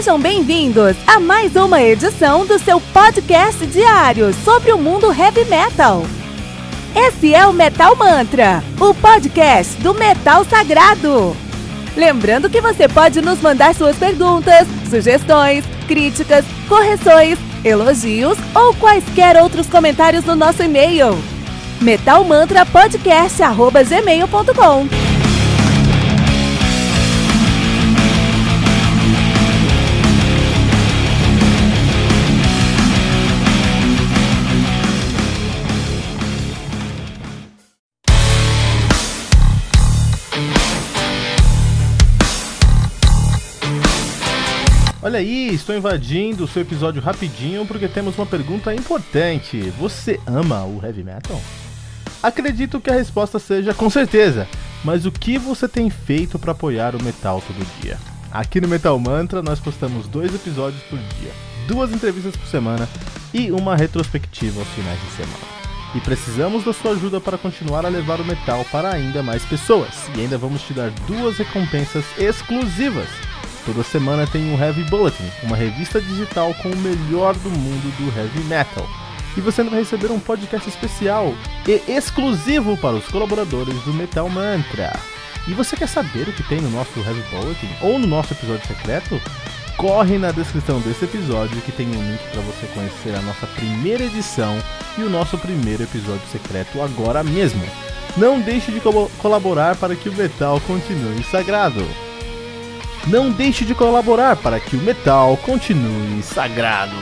Sejam bem-vindos a mais uma edição do seu podcast diário sobre o mundo heavy metal. Esse é o Metal Mantra, o podcast do metal sagrado. Lembrando que você pode nos mandar suas perguntas, sugestões, críticas, correções, elogios ou quaisquer outros comentários no nosso e-mail metalmantrapodcast@gmail.com. Olha aí, estou invadindo o seu episódio rapidinho porque temos uma pergunta importante. Você ama o heavy metal? Acredito que a resposta seja com certeza, mas o que você tem feito para apoiar o metal todo dia? Aqui no Metal Mantra nós postamos 2 episódios por dia, 2 entrevistas por semana e uma retrospectiva aos finais de semana. E precisamos da sua ajuda para continuar a levar o metal para ainda mais pessoas. E ainda vamos te dar 2 recompensas exclusivas. Toda semana tem um Heavy Bulletin, uma revista digital com o melhor do mundo do heavy metal. E você ainda vai receber um podcast especial e exclusivo para os colaboradores do Metal Mantra. E você quer saber o que tem no nosso Heavy Bulletin ou no nosso episódio secreto? Corre na descrição desse episódio que tem um link para você conhecer a nossa primeira edição e o nosso primeiro episódio secreto agora mesmo. Não deixe de colaborar para que o metal continue sagrado. Não deixe de colaborar para que o metal continue sagrado.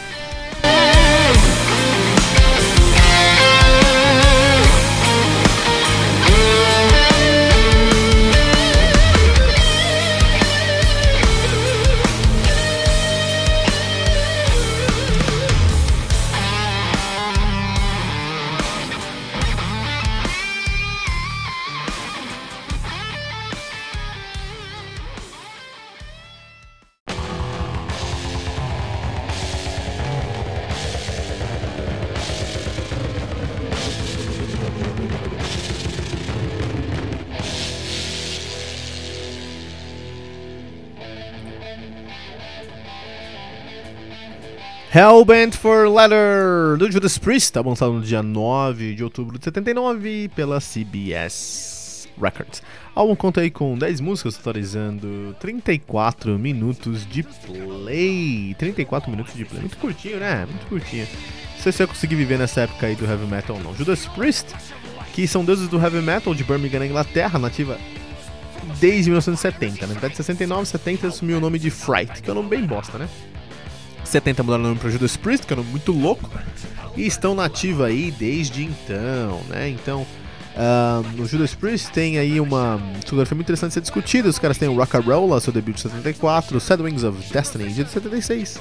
Hellbent for Leather, do Judas Priest, tá lançado no dia 9 de outubro de 79 pela CBS Records. O álbum conta aí com 10 músicas, totalizando 34 minutos de play. 34 minutos de play, muito curtinho, né? Muito curtinho. Não sei se eu consegui viver nessa época aí do heavy metal ou não. Judas Priest, que são deuses do heavy metal de Birmingham, na Inglaterra, nativa desde 1970. Na verdade, 69, 70 assumiu o nome de Fright, que é um nome bem bosta, né? 70 mudaram o nome para Judas Priest, que é um nome muito louco, e estão na ativa aí desde então, né? Então, no Judas Priest tem aí uma discografia muito interessante de ser discutida. Os caras têm o Rock'n'Rolla, seu debut de 74, Sad Wings of Destiny, de 76,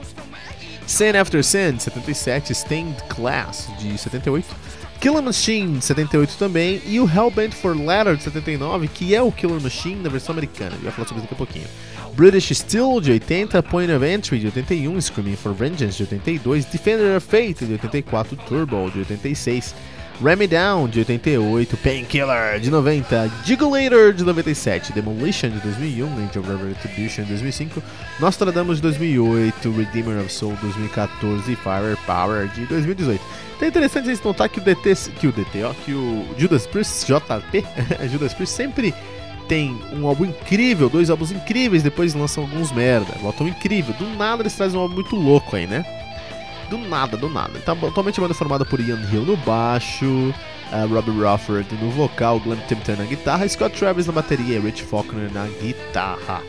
Sin After Sin, de 77, Stained Class, de 78, Killer Machine, de 78 também, e o Hellbent for Leather, de 79, que é o Killer Machine na versão americana. Eu ia falar sobre isso daqui a pouquinho. British Steel, de 80, Point of Entry, de 81, Screaming for Vengeance, de 82, Defender of Fate, de 84, Turbo, de 86, Ram Me Down, de 88, Painkiller, de 90, Jiggulator, de 97, Demolition, de 2001, Angel of Retribution, de 2005, Nostradamus, de 2008, Redeemer of Soul, de 2014 e Firepower, de 2018. Então é interessante a gente notar que o Judas Priest, JP, Judas Priest sempre tem um álbum incrível, 2 álbuns incríveis, depois lançam alguns merda, voltam incrível, do nada eles trazem um álbum muito louco aí, né? Do nada. Então, atualmente a banda é formada por Ian Hill no baixo, Robbie Rufford no vocal, Glenn Tipton na guitarra, Scott Travis na bateria e Rich Faulkner na guitarra.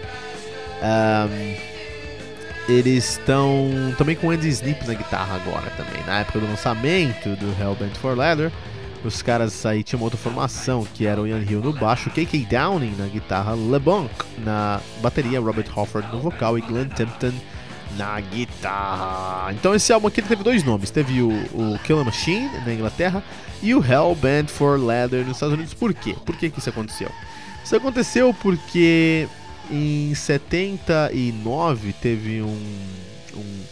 Eles estão também com Andy Sneap na guitarra agora também. Na época do lançamento do Hellbent for Leather, os caras aí tinham uma outra formação, que era o Ian Hill no baixo, KK Downing na guitarra, LeBlanc na bateria, Robert Halford no vocal e Glenn Tipton na guitarra. Então esse álbum aqui ele teve 2 nomes, teve o Killer Machine na Inglaterra e o Hellbent for Leather nos Estados Unidos. Por quê? Por que isso aconteceu? Isso aconteceu porque em 79 teve um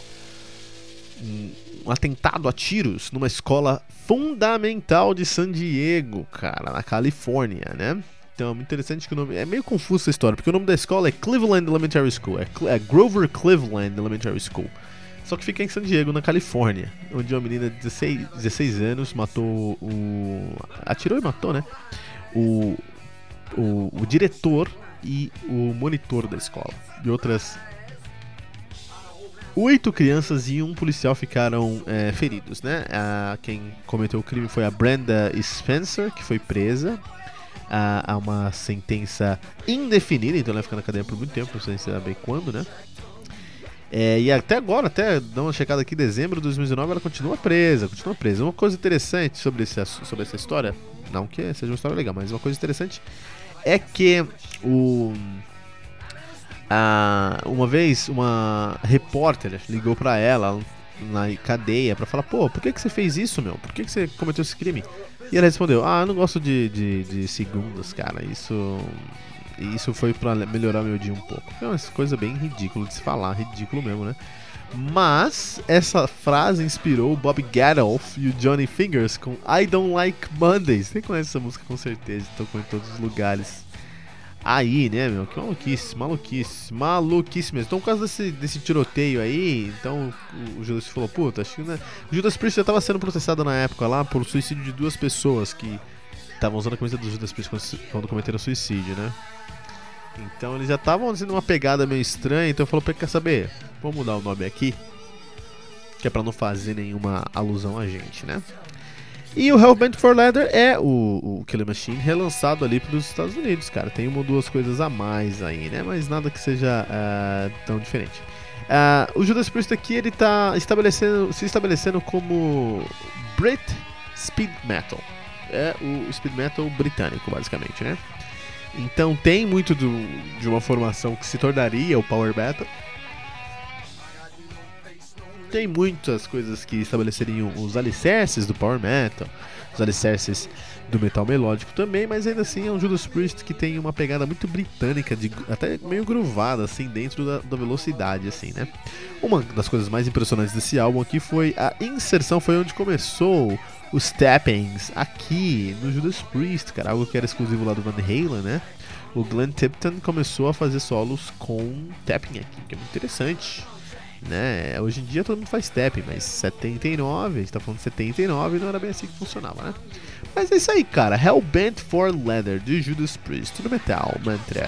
atentado a tiros numa escola fundamental de San Diego, cara, na Califórnia, né? Então é muito interessante que o nome... É meio confuso essa história, porque o nome da escola é Cleveland Elementary School. É Grover Cleveland Elementary School. Só que fica em San Diego, na Califórnia, onde uma menina de 16 anos matou atirou e matou, né? O diretor e o monitor da escola. E outras 8 crianças e um policial ficaram feridos, né? Quem cometeu o crime foi a Brenda Spencer, que foi presa. Há uma sentença indefinida, então ela vai ficar na cadeia por muito tempo, não sei se sabe quando, né? E até agora, até dar uma checada aqui, dezembro de 2019, ela continua presa. Uma coisa interessante sobre essa história, não que seja uma história legal, mas uma coisa interessante é que uma vez uma repórter ligou pra ela na cadeia pra falar: pô, por que você fez isso, meu? Por que você cometeu esse crime? E ela respondeu: eu não gosto de segundas, cara, isso foi pra melhorar meu dia um pouco. É uma coisa bem ridícula de se falar, ridículo mesmo, né? Mas essa frase inspirou o Bob Geldof e o Johnny Fingers com I Don't Like Mondays. Você conhece essa música com certeza, tocou em todos os lugares. Aí, né, meu, que maluquice mesmo. Então, por causa desse tiroteio aí, então o Judas falou: puta, acho que, né? O Judas Priest já tava sendo processado na época lá por suicídio de 2 pessoas que estavam usando a camisa do Judas Priest quando cometeram suicídio, né? Então eles já estavam sendo uma pegada meio estranha, então falou: quer saber? Vamos mudar o nome aqui, que é pra não fazer nenhuma alusão a gente, né? E o Hellbent for Leather é o Killer Machine relançado ali pros Estados Unidos, cara. Tem uma ou duas coisas a mais aí, né? Mas nada que seja tão diferente. O Judas Priest aqui, ele tá se estabelecendo como Brit Speed Metal. É o Speed Metal britânico, basicamente, né? Então tem muito de uma formação que se tornaria o Power Metal. Tem muitas coisas que estabeleceriam os alicerces do Power Metal, os alicerces do metal melódico também, mas ainda assim é um Judas Priest que tem uma pegada muito britânica, até meio groovada, assim, dentro da velocidade, assim, né? Uma das coisas mais impressionantes desse álbum aqui foi a inserção, foi onde começou os tappings aqui no Judas Priest, cara, algo que era exclusivo lá do Van Halen, né? O Glenn Tipton começou a fazer solos com tapping aqui, que é muito interessante, né? Hoje em dia todo mundo faz tapping, mas 79, a gente tá falando de 79, não era bem assim que funcionava, né? Mas é isso aí, cara, Hellbent for Leather, de Judas Priest, no Metal Mantra.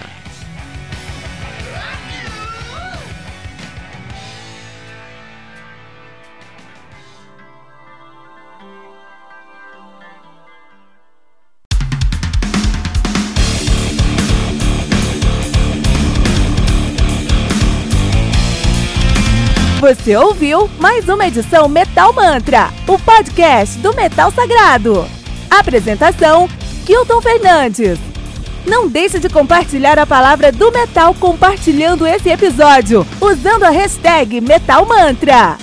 Você ouviu mais uma edição Metal Mantra, o podcast do Metal Sagrado. Apresentação: Kilton Fernandes. Não deixe de compartilhar a palavra do metal compartilhando esse episódio, usando a hashtag Metal Mantra.